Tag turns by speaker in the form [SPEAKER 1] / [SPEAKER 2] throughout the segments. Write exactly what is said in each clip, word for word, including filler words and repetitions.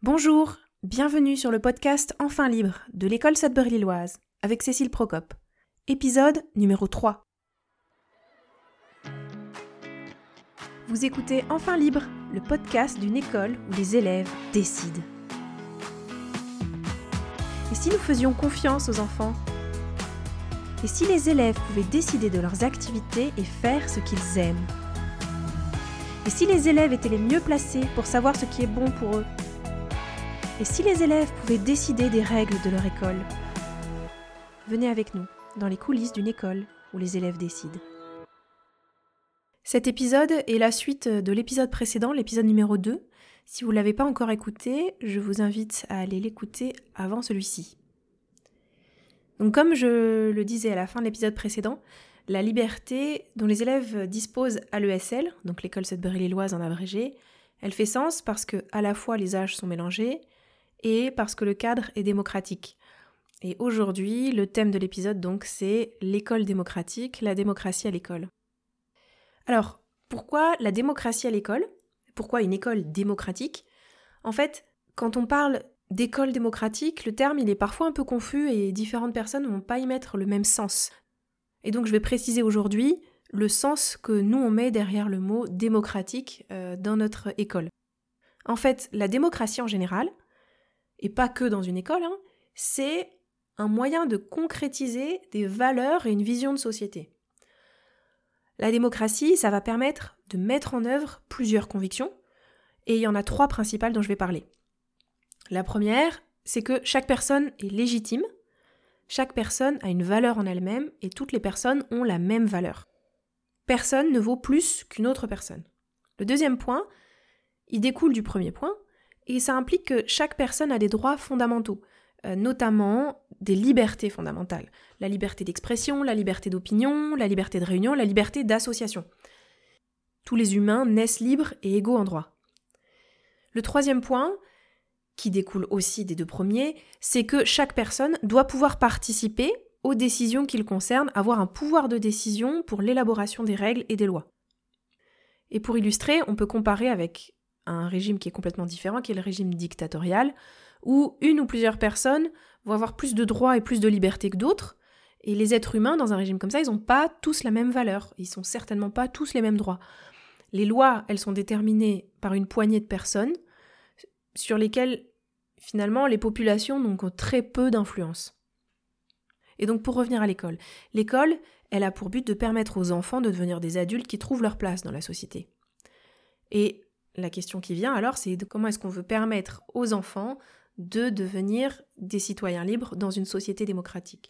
[SPEAKER 1] Bonjour, bienvenue sur le podcast Enfin libre de l'école Sudbury-Lilloise avec Cécile Procope. Épisode numéro trois. Vous écoutez Enfin libre, le podcast d'une école où les élèves décident. Et si nous faisions confiance aux enfants ? Et si les élèves pouvaient décider de leurs activités et faire ce qu'ils aiment ? Et si les élèves étaient les mieux placés pour savoir ce qui est bon pour eux ? Et si les élèves pouvaient décider des règles de leur école ? Venez avec nous dans les coulisses d'une école où les élèves décident. Cet épisode est la suite de l'épisode précédent, l'épisode numéro deux. Si vous ne l'avez pas encore écouté, je vous invite à aller l'écouter avant celui-ci. Donc comme je le disais à la fin de l'épisode précédent, la liberté dont les élèves disposent à l'E S L, donc l'école Sudbury-Lilloise en abrégé, elle fait sens parce que à la fois les âges sont mélangés, et parce que le cadre est démocratique. Et aujourd'hui, le thème de l'épisode, donc, c'est l'école démocratique, la démocratie à l'école. Alors, pourquoi la démocratie à l'école ? Pourquoi une école démocratique ? En fait, quand on parle d'école démocratique, le terme il est parfois un peu confus et différentes personnes ne vont pas y mettre le même sens. Et donc je vais préciser aujourd'hui le sens que nous on met derrière le mot démocratique euh, dans notre école. En fait, la démocratie en général, et pas que dans une école, hein, c'est un moyen de concrétiser des valeurs et une vision de société. La démocratie, ça va permettre de mettre en œuvre plusieurs convictions, et il y en a trois principales dont je vais parler. La première, c'est que chaque personne est légitime, chaque personne a une valeur en elle-même, et toutes les personnes ont la même valeur. Personne ne vaut plus qu'une autre personne. Le deuxième point, il découle du premier point, et ça implique que chaque personne a des droits fondamentaux, euh, notamment des libertés fondamentales. La liberté d'expression, la liberté d'opinion, la liberté de réunion, la liberté d'association. Tous les humains naissent libres et égaux en droit. Le troisième point, qui découle aussi des deux premiers, c'est que chaque personne doit pouvoir participer aux décisions qui le concernent, avoir un pouvoir de décision pour l'élaboration des règles et des lois. Et pour illustrer, on peut comparer avec un régime qui est complètement différent, qui est le régime dictatorial, où une ou plusieurs personnes vont avoir plus de droits et plus de libertés que d'autres, et les êtres humains, dans un régime comme ça, ils n'ont pas tous la même valeur, ils n'ont certainement pas tous les mêmes droits. Les lois, elles sont déterminées par une poignée de personnes, sur lesquelles, finalement, les populations n'ont que très peu d'influence. Et donc, pour revenir à l'école, l'école, elle a pour but de permettre aux enfants de devenir des adultes qui trouvent leur place dans la société. Et la question qui vient alors, c'est de comment est-ce qu'on veut permettre aux enfants de devenir des citoyens libres dans une société démocratique.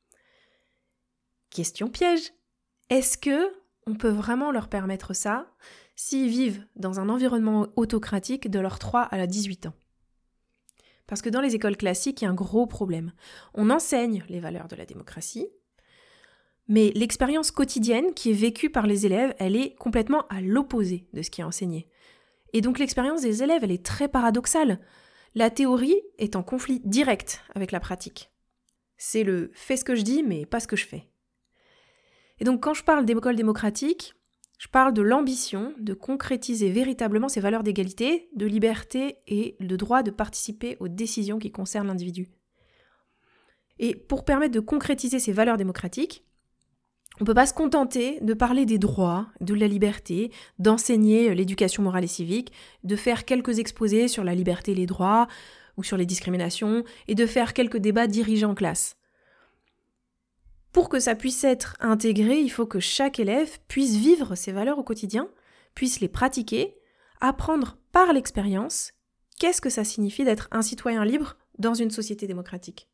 [SPEAKER 1] Question piège. Est-ce que on peut vraiment leur permettre ça s'ils vivent dans un environnement autocratique de leurs trois à dix-huit ans ? Parce que dans les écoles classiques, il y a un gros problème. On enseigne les valeurs de la démocratie, mais l'expérience quotidienne qui est vécue par les élèves, elle est complètement à l'opposé de ce qui est enseigné. Et donc l'expérience des élèves, elle est très paradoxale. La théorie est en conflit direct avec la pratique. C'est le « fais ce que je dis, mais pas ce que je fais ». Et donc quand je parle d'école démocratique, je parle de l'ambition de concrétiser véritablement ces valeurs d'égalité, de liberté et le droit de participer aux décisions qui concernent l'individu. Et pour permettre de concrétiser ces valeurs démocratiques, on ne peut pas se contenter de parler des droits, de la liberté, d'enseigner l'éducation morale et civique, de faire quelques exposés sur la liberté et les droits, ou sur les discriminations, et de faire quelques débats dirigés en classe. Pour que ça puisse être intégré, il faut que chaque élève puisse vivre ces valeurs au quotidien, puisse les pratiquer, apprendre par l'expérience qu'est-ce que ça signifie d'être un citoyen libre dans une société démocratique.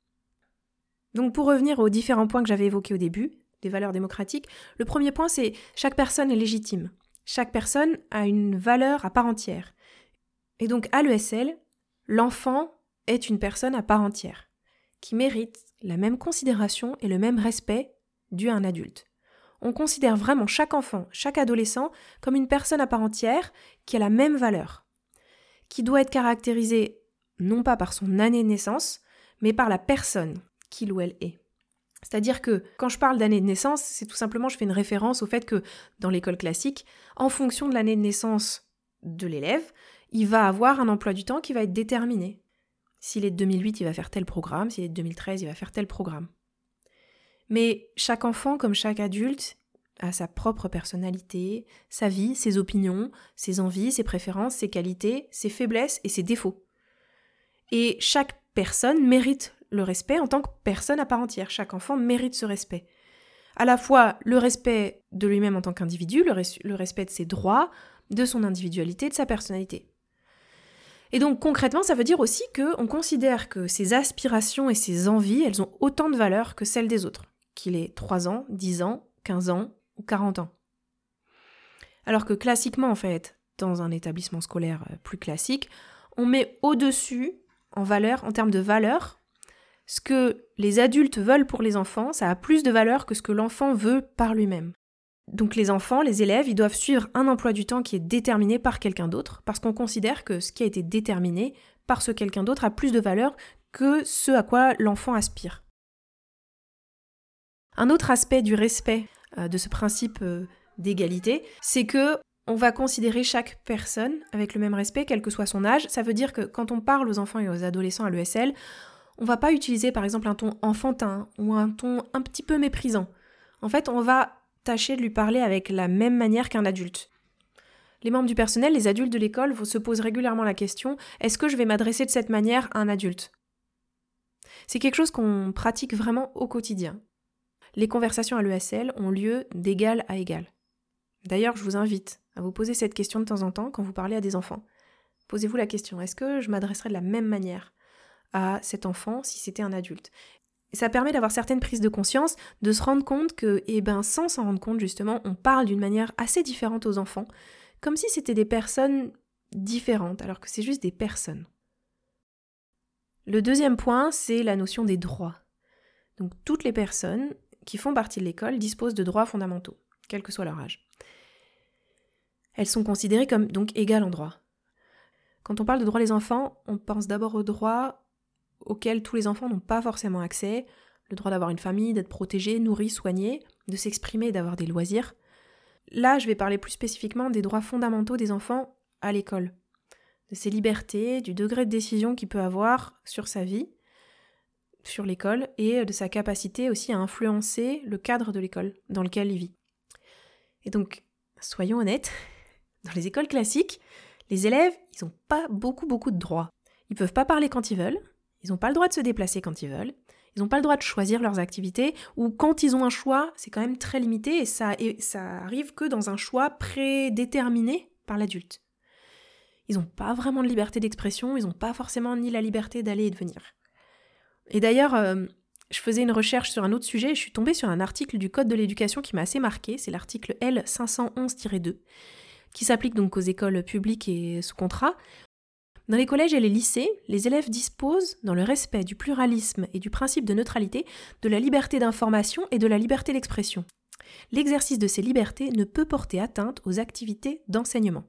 [SPEAKER 1] Donc pour revenir aux différents points que j'avais évoqués au début, des valeurs démocratiques, le premier point c'est chaque personne est légitime. Chaque personne a une valeur à part entière. Et donc à l'E S L, l'enfant est une personne à part entière, qui mérite la même considération et le même respect dû à un adulte. On considère vraiment chaque enfant, chaque adolescent, comme une personne à part entière qui a la même valeur, qui doit être caractérisée non pas par son année de naissance, mais par la personne qu'il ou elle est. C'est-à-dire que quand je parle d'année de naissance, c'est tout simplement, je fais une référence au fait que dans l'école classique, en fonction de l'année de naissance de l'élève, il va avoir un emploi du temps qui va être déterminé. S'il est de deux mille huit, il va faire tel programme, s'il est de deux mille treize, il va faire tel programme. Mais chaque enfant, comme chaque adulte, a sa propre personnalité, sa vie, ses opinions, ses envies, ses préférences, ses qualités, ses faiblesses et ses défauts. Et chaque personne mérite le respect en tant que personne à part entière. Chaque enfant mérite ce respect. À la fois le respect de lui-même en tant qu'individu, le, res- le respect de ses droits, de son individualité, de sa personnalité. Et donc concrètement, ça veut dire aussi qu'on considère que ses aspirations et ses envies, elles ont autant de valeur que celles des autres, qu'il ait trois ans, dix ans, quinze ans ou quarante ans. Alors que classiquement, en fait, dans un établissement scolaire plus classique, on met au-dessus, en valeur, en termes de valeur, ce que les adultes veulent pour les enfants, ça a plus de valeur que ce que l'enfant veut par lui-même. Donc les enfants, les élèves, ils doivent suivre un emploi du temps qui est déterminé par quelqu'un d'autre, parce qu'on considère que ce qui a été déterminé par ce quelqu'un d'autre a plus de valeur que ce à quoi l'enfant aspire. Un autre aspect du respect euh, de ce principe euh, d'égalité, c'est que on va considérer chaque personne avec le même respect, quel que soit son âge. Ça veut dire que quand on parle aux enfants et aux adolescents à l'E S L, on va pas utiliser par exemple un ton enfantin ou un ton un petit peu méprisant. En fait, on va tâcher de lui parler avec la même manière qu'un adulte. Les membres du personnel, les adultes de l'école, se posent régulièrement la question « Est-ce que je vais m'adresser de cette manière à un adulte ?» C'est quelque chose qu'on pratique vraiment au quotidien. Les conversations à l'E S L ont lieu d'égal à égal. D'ailleurs, je vous invite à vous poser cette question de temps en temps quand vous parlez à des enfants. Posez-vous la question « Est-ce que je m'adresserais de la même manière à cet enfant si c'était un adulte ?» Ça permet d'avoir certaines prises de conscience, de se rendre compte que, eh ben, sans s'en rendre compte justement, on parle d'une manière assez différente aux enfants, comme si c'était des personnes différentes, alors que c'est juste des personnes. Le deuxième point, c'est la notion des droits. Donc toutes les personnes qui font partie de l'école disposent de droits fondamentaux, quel que soit leur âge. Elles sont considérées comme donc égales en droit. Quand on parle de droits des enfants, on pense d'abord aux droits auxquels tous les enfants n'ont pas forcément accès, le droit d'avoir une famille, d'être protégé, nourri, soigné, de s'exprimer et d'avoir des loisirs. Là, je vais parler plus spécifiquement des droits fondamentaux des enfants à l'école, de ses libertés, du degré de décision qu'il peut avoir sur sa vie, sur l'école, et de sa capacité aussi à influencer le cadre de l'école dans lequel il vit. Et donc, soyons honnêtes, dans les écoles classiques, les élèves, ils n'ont pas beaucoup, beaucoup de droits. Ils ne peuvent pas parler quand ils veulent, ils n'ont pas le droit de se déplacer quand ils veulent, ils n'ont pas le droit de choisir leurs activités, ou quand ils ont un choix, c'est quand même très limité, et ça, et ça arrive que dans un choix prédéterminé par l'adulte. Ils n'ont pas vraiment de liberté d'expression, ils n'ont pas forcément ni la liberté d'aller et de venir. Et d'ailleurs, euh, je faisais une recherche sur un autre sujet, et je suis tombée sur un article du Code de l'éducation qui m'a assez marqué, c'est l'article L cinq cent onze tiret deux, qui s'applique donc aux écoles publiques et sous contrat. Dans les collèges et les lycées, les élèves disposent, dans le respect du pluralisme et du principe de neutralité, de la liberté d'information et de la liberté d'expression. L'exercice de ces libertés ne peut porter atteinte aux activités d'enseignement.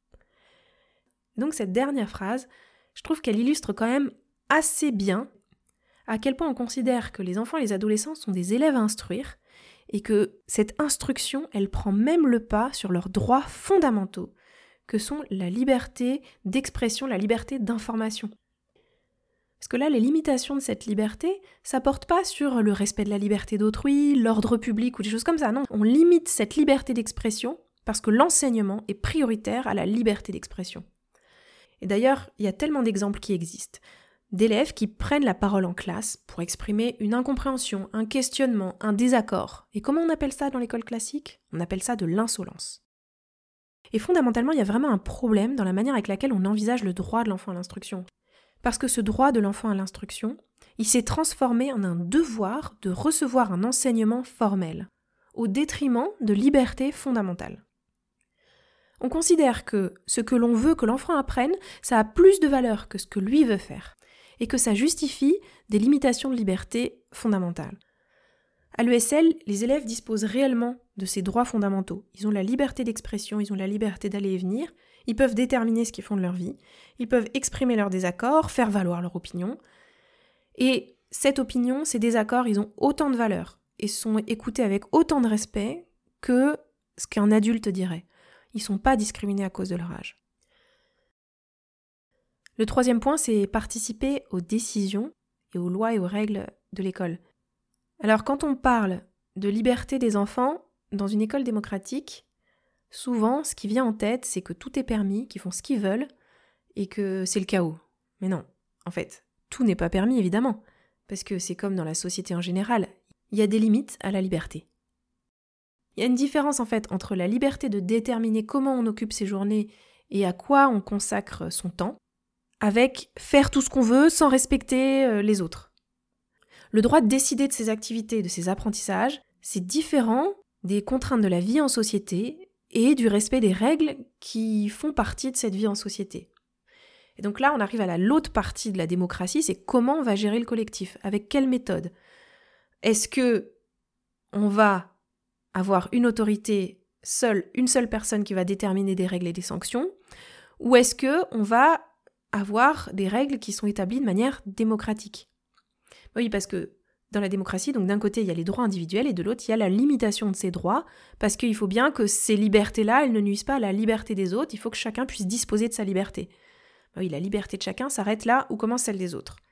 [SPEAKER 1] Donc cette dernière phrase, je trouve qu'elle illustre quand même assez bien à quel point on considère que les enfants et les adolescents sont des élèves à instruire et que cette instruction, elle prend même le pas sur leurs droits fondamentaux, que sont la liberté d'expression, la liberté d'information. Parce que là, les limitations de cette liberté, ça porte pas sur le respect de la liberté d'autrui, l'ordre public ou des choses comme ça, non. On limite cette liberté d'expression parce que l'enseignement est prioritaire à la liberté d'expression. Et d'ailleurs, il y a tellement d'exemples qui existent, d'élèves qui prennent la parole en classe pour exprimer une incompréhension, un questionnement, un désaccord. Et comment on appelle ça dans l'école classique ? On appelle ça de l'insolence. Et fondamentalement, il y a vraiment un problème dans la manière avec laquelle on envisage le droit de l'enfant à l'instruction. Parce que ce droit de l'enfant à l'instruction, il s'est transformé en un devoir de recevoir un enseignement formel, au détriment de libertés fondamentales. On considère que ce que l'on veut que l'enfant apprenne, ça a plus de valeur que ce que lui veut faire, et que ça justifie des limitations de liberté fondamentales. À l'E S L, les élèves disposent réellement de ces droits fondamentaux. Ils ont la liberté d'expression, ils ont la liberté d'aller et venir, ils peuvent déterminer ce qu'ils font de leur vie, ils peuvent exprimer leurs désaccords, faire valoir leur opinion. Et cette opinion, ces désaccords, ils ont autant de valeur et sont écoutés avec autant de respect que ce qu'un adulte dirait. Ils ne sont pas discriminés à cause de leur âge. Le troisième point, c'est participer aux décisions et aux lois et aux règles de l'école. Alors quand on parle de liberté des enfants dans une école démocratique, souvent ce qui vient en tête, c'est que tout est permis, qu'ils font ce qu'ils veulent et que c'est le chaos. Mais non, en fait, tout n'est pas permis évidemment, parce que c'est comme dans la société en général, il y a des limites à la liberté. Il y a une différence en fait entre la liberté de déterminer comment on occupe ses journées et à quoi on consacre son temps, avec faire tout ce qu'on veut sans respecter les autres. Le droit de décider de ses activités, de ses apprentissages, c'est différent des contraintes de la vie en société et du respect des règles qui font partie de cette vie en société. Et donc là, on arrive à la l'autre partie de la démocratie, c'est comment on va gérer le collectif, avec quelle méthode. Est-ce que on va avoir une autorité seule, une seule personne qui va déterminer des règles et des sanctions, ou est-ce que on va avoir des règles qui sont établies de manière démocratique ? Oui, parce que dans la démocratie, donc d'un côté, il y a les droits individuels et de l'autre, il y a la limitation de ces droits, parce qu'il faut bien que ces libertés-là, elles ne nuisent pas à la liberté des autres, il faut que chacun puisse disposer de sa liberté. Oui, la liberté de chacun s'arrête là où commence celle des autres.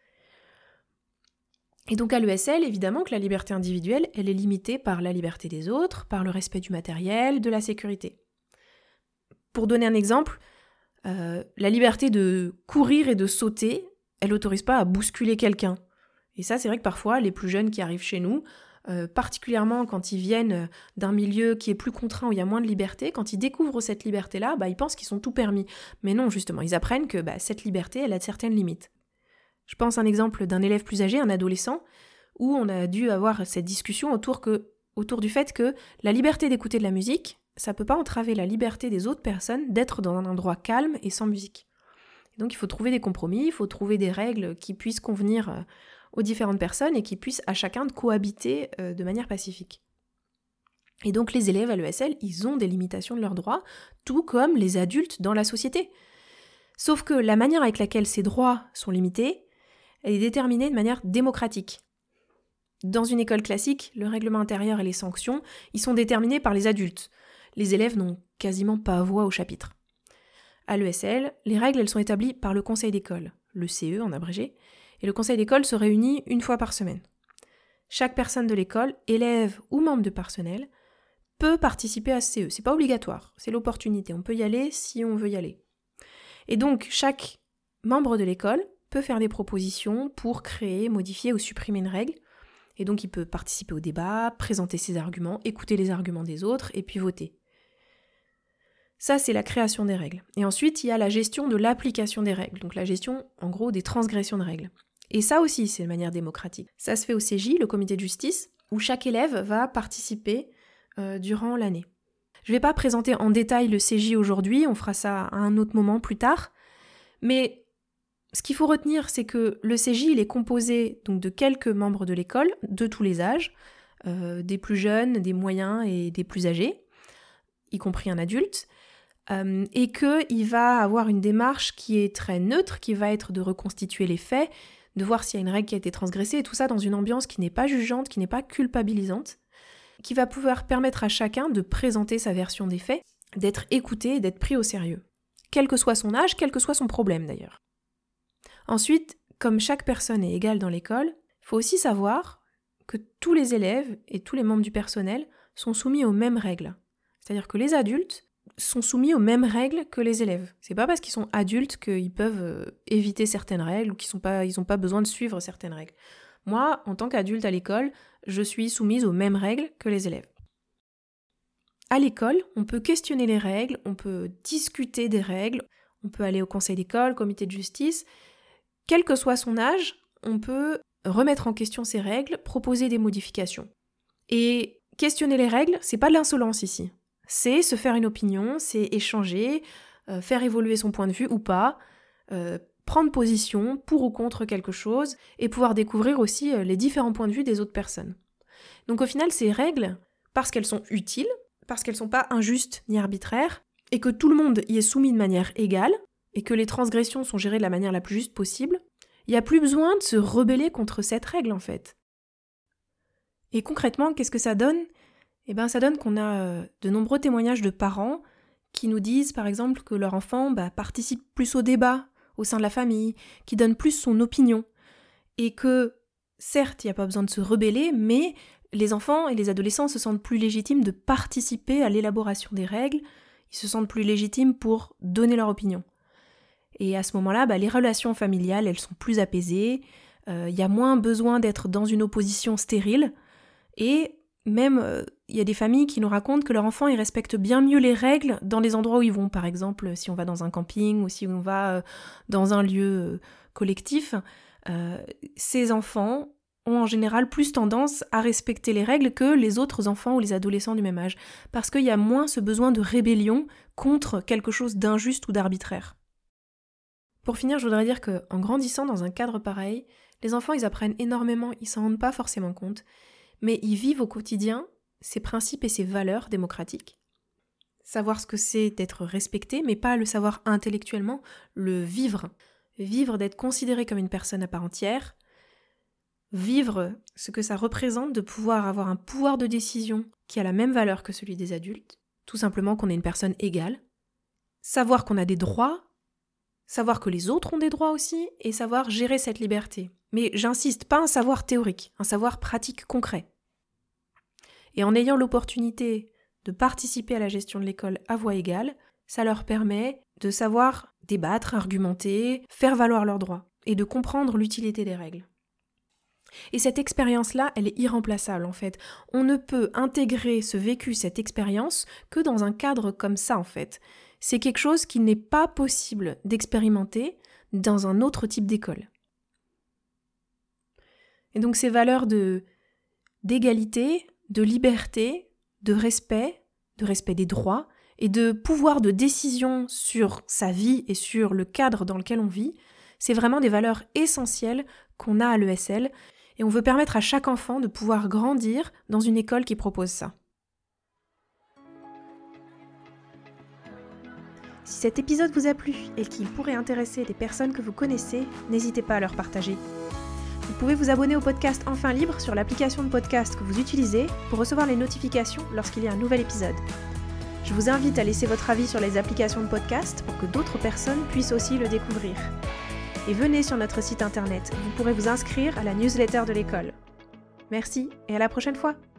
[SPEAKER 1] Et donc à l'E S L, évidemment que la liberté individuelle, elle est limitée par la liberté des autres, par le respect du matériel, de la sécurité. Pour donner un exemple, euh, la liberté de courir et de sauter, elle n'autorise pas à bousculer quelqu'un. Et ça, c'est vrai que parfois, les plus jeunes qui arrivent chez nous, euh, particulièrement quand ils viennent d'un milieu qui est plus contraint, où il y a moins de liberté, quand ils découvrent cette liberté-là, bah, ils pensent qu'ils sont tout permis. Mais non, justement, ils apprennent que bah, cette liberté, elle a certaines limites. Je pense à un exemple d'un élève plus âgé, un adolescent, où on a dû avoir cette discussion autour, que, autour du fait que la liberté d'écouter de la musique, ça ne peut pas entraver la liberté des autres personnes d'être dans un endroit calme et sans musique. Et donc il faut trouver des compromis, il faut trouver des règles qui puissent convenir aux différentes personnes et qui puissent à chacun de cohabiter de manière pacifique. Et donc les élèves à l'E S L, ils ont des limitations de leurs droits, tout comme les adultes dans la société. Sauf que la manière avec laquelle ces droits sont limités, elle est déterminée de manière démocratique. Dans une école classique, le règlement intérieur et les sanctions, ils sont déterminés par les adultes. Les élèves n'ont quasiment pas voix au chapitre. À l'E S L, les règles elles sont établies par le conseil d'école, le C E en abrégé, et le conseil d'école se réunit une fois par semaine. Chaque personne de l'école, élève ou membre de personnel, peut participer à ce C E. C'est pas obligatoire, c'est l'opportunité. On peut y aller si on veut y aller. Et donc, chaque membre de l'école peut faire des propositions pour créer, modifier ou supprimer une règle. Et donc, il peut participer au débat, présenter ses arguments, écouter les arguments des autres et puis voter. Ça, c'est la création des règles. Et ensuite, il y a la gestion de l'application des règles. Donc la gestion, en gros, des transgressions de règles. Et ça aussi, c'est de manière démocratique. Ça se fait au C J, le comité de justice, où chaque élève va participer euh, durant l'année. Je ne vais pas présenter en détail le C J aujourd'hui, on fera ça à un autre moment plus tard. Mais ce qu'il faut retenir, c'est que le C J, il est composé donc, de quelques membres de l'école, de tous les âges, euh, des plus jeunes, des moyens et des plus âgés, y compris un adulte. Euh, et qu'il va avoir une démarche qui est très neutre, qui va être de reconstituer les faits, de voir s'il y a une règle qui a été transgressée, et tout ça dans une ambiance qui n'est pas jugeante, qui n'est pas culpabilisante, qui va pouvoir permettre à chacun de présenter sa version des faits, d'être écouté et d'être pris au sérieux. Quel que soit son âge, quel que soit son problème d'ailleurs. Ensuite, comme chaque personne est égale dans l'école, il faut aussi savoir que tous les élèves et tous les membres du personnel sont soumis aux mêmes règles. C'est-à-dire que les adultes sont soumis aux mêmes règles que les élèves. C'est pas parce qu'ils sont adultes qu'ils peuvent euh, éviter certaines règles ou qu'ils sont pas, ils n'ont pas besoin de suivre certaines règles. Moi, en tant qu'adulte à l'école, je suis soumise aux mêmes règles que les élèves. À l'école, on peut questionner les règles, on peut discuter des règles, on peut aller au conseil d'école, comité de justice. Quel que soit son âge, on peut remettre en question ces règles, proposer des modifications. Et questionner les règles, c'est pas de l'insolence ici. C'est se faire une opinion, c'est échanger, euh, faire évoluer son point de vue ou pas, euh, prendre position pour ou contre quelque chose et pouvoir découvrir aussi euh, les différents points de vue des autres personnes. Donc au final, ces règles, parce qu'elles sont utiles, parce qu'elles ne sont pas injustes ni arbitraires, et que tout le monde y est soumis de manière égale, et que les transgressions sont gérées de la manière la plus juste possible, il n'y a plus besoin de se rebeller contre cette règle en fait. Et concrètement, qu'est-ce que ça donne ? Eh bien, ça donne qu'on a de nombreux témoignages de parents qui nous disent, par exemple, que leur enfant bah, participe plus au débat, au sein de la famille, qui donne plus son opinion. Et que, certes, il n'y a pas besoin de se rebeller, mais les enfants et les adolescents se sentent plus légitimes de participer à l'élaboration des règles, ils se sentent plus légitimes pour donner leur opinion. Et à ce moment-là, bah, les relations familiales, elles sont plus apaisées, il euh, y a moins besoin d'être dans une opposition stérile, et même, il euh, y a des familles qui nous racontent que leurs enfants, ils respectent bien mieux les règles dans les endroits où ils vont. Par exemple, si on va dans un camping ou si on va euh, dans un lieu euh, collectif, euh, ces enfants ont en général plus tendance à respecter les règles que les autres enfants ou les adolescents du même âge, parce qu'il y a moins ce besoin de rébellion contre quelque chose d'injuste ou d'arbitraire. Pour finir, je voudrais dire qu'en grandissant dans un cadre pareil, les enfants, ils apprennent énormément, ils s'en rendent pas forcément compte, mais ils vivent au quotidien ces principes et ces valeurs démocratiques. Savoir ce que c'est d'être respecté, mais pas le savoir intellectuellement, le vivre. Vivre d'être considéré comme une personne à part entière, vivre ce que ça représente de pouvoir avoir un pouvoir de décision qui a la même valeur que celui des adultes, tout simplement qu'on est une personne égale, savoir qu'on a des droits, savoir que les autres ont des droits aussi, et savoir gérer cette liberté. Mais j'insiste, pas un savoir théorique, un savoir pratique concret. Et en ayant l'opportunité de participer à la gestion de l'école à voix égale, ça leur permet de savoir débattre, argumenter, faire valoir leurs droits, et de comprendre l'utilité des règles. Et cette expérience-là, elle est irremplaçable en fait. On ne peut intégrer ce vécu, cette expérience, que dans un cadre comme ça en fait. C'est quelque chose qui n'est pas possible d'expérimenter dans un autre type d'école. Et donc ces valeurs de, d'égalité, de liberté, de respect, de respect des droits et de pouvoir de décision sur sa vie et sur le cadre dans lequel on vit, c'est vraiment des valeurs essentielles qu'on a à l'E S L et on veut permettre à chaque enfant de pouvoir grandir dans une école qui propose ça. Si cet épisode vous a plu et qu'il pourrait intéresser des personnes que vous connaissez, n'hésitez pas à leur partager. Vous pouvez vous abonner au podcast Enfin Libre sur l'application de podcast que vous utilisez pour recevoir les notifications lorsqu'il y a un nouvel épisode. Je vous invite à laisser votre avis sur les applications de podcast pour que d'autres personnes puissent aussi le découvrir. Et venez sur notre site internet, vous pourrez vous inscrire à la newsletter de l'école. Merci et à la prochaine fois!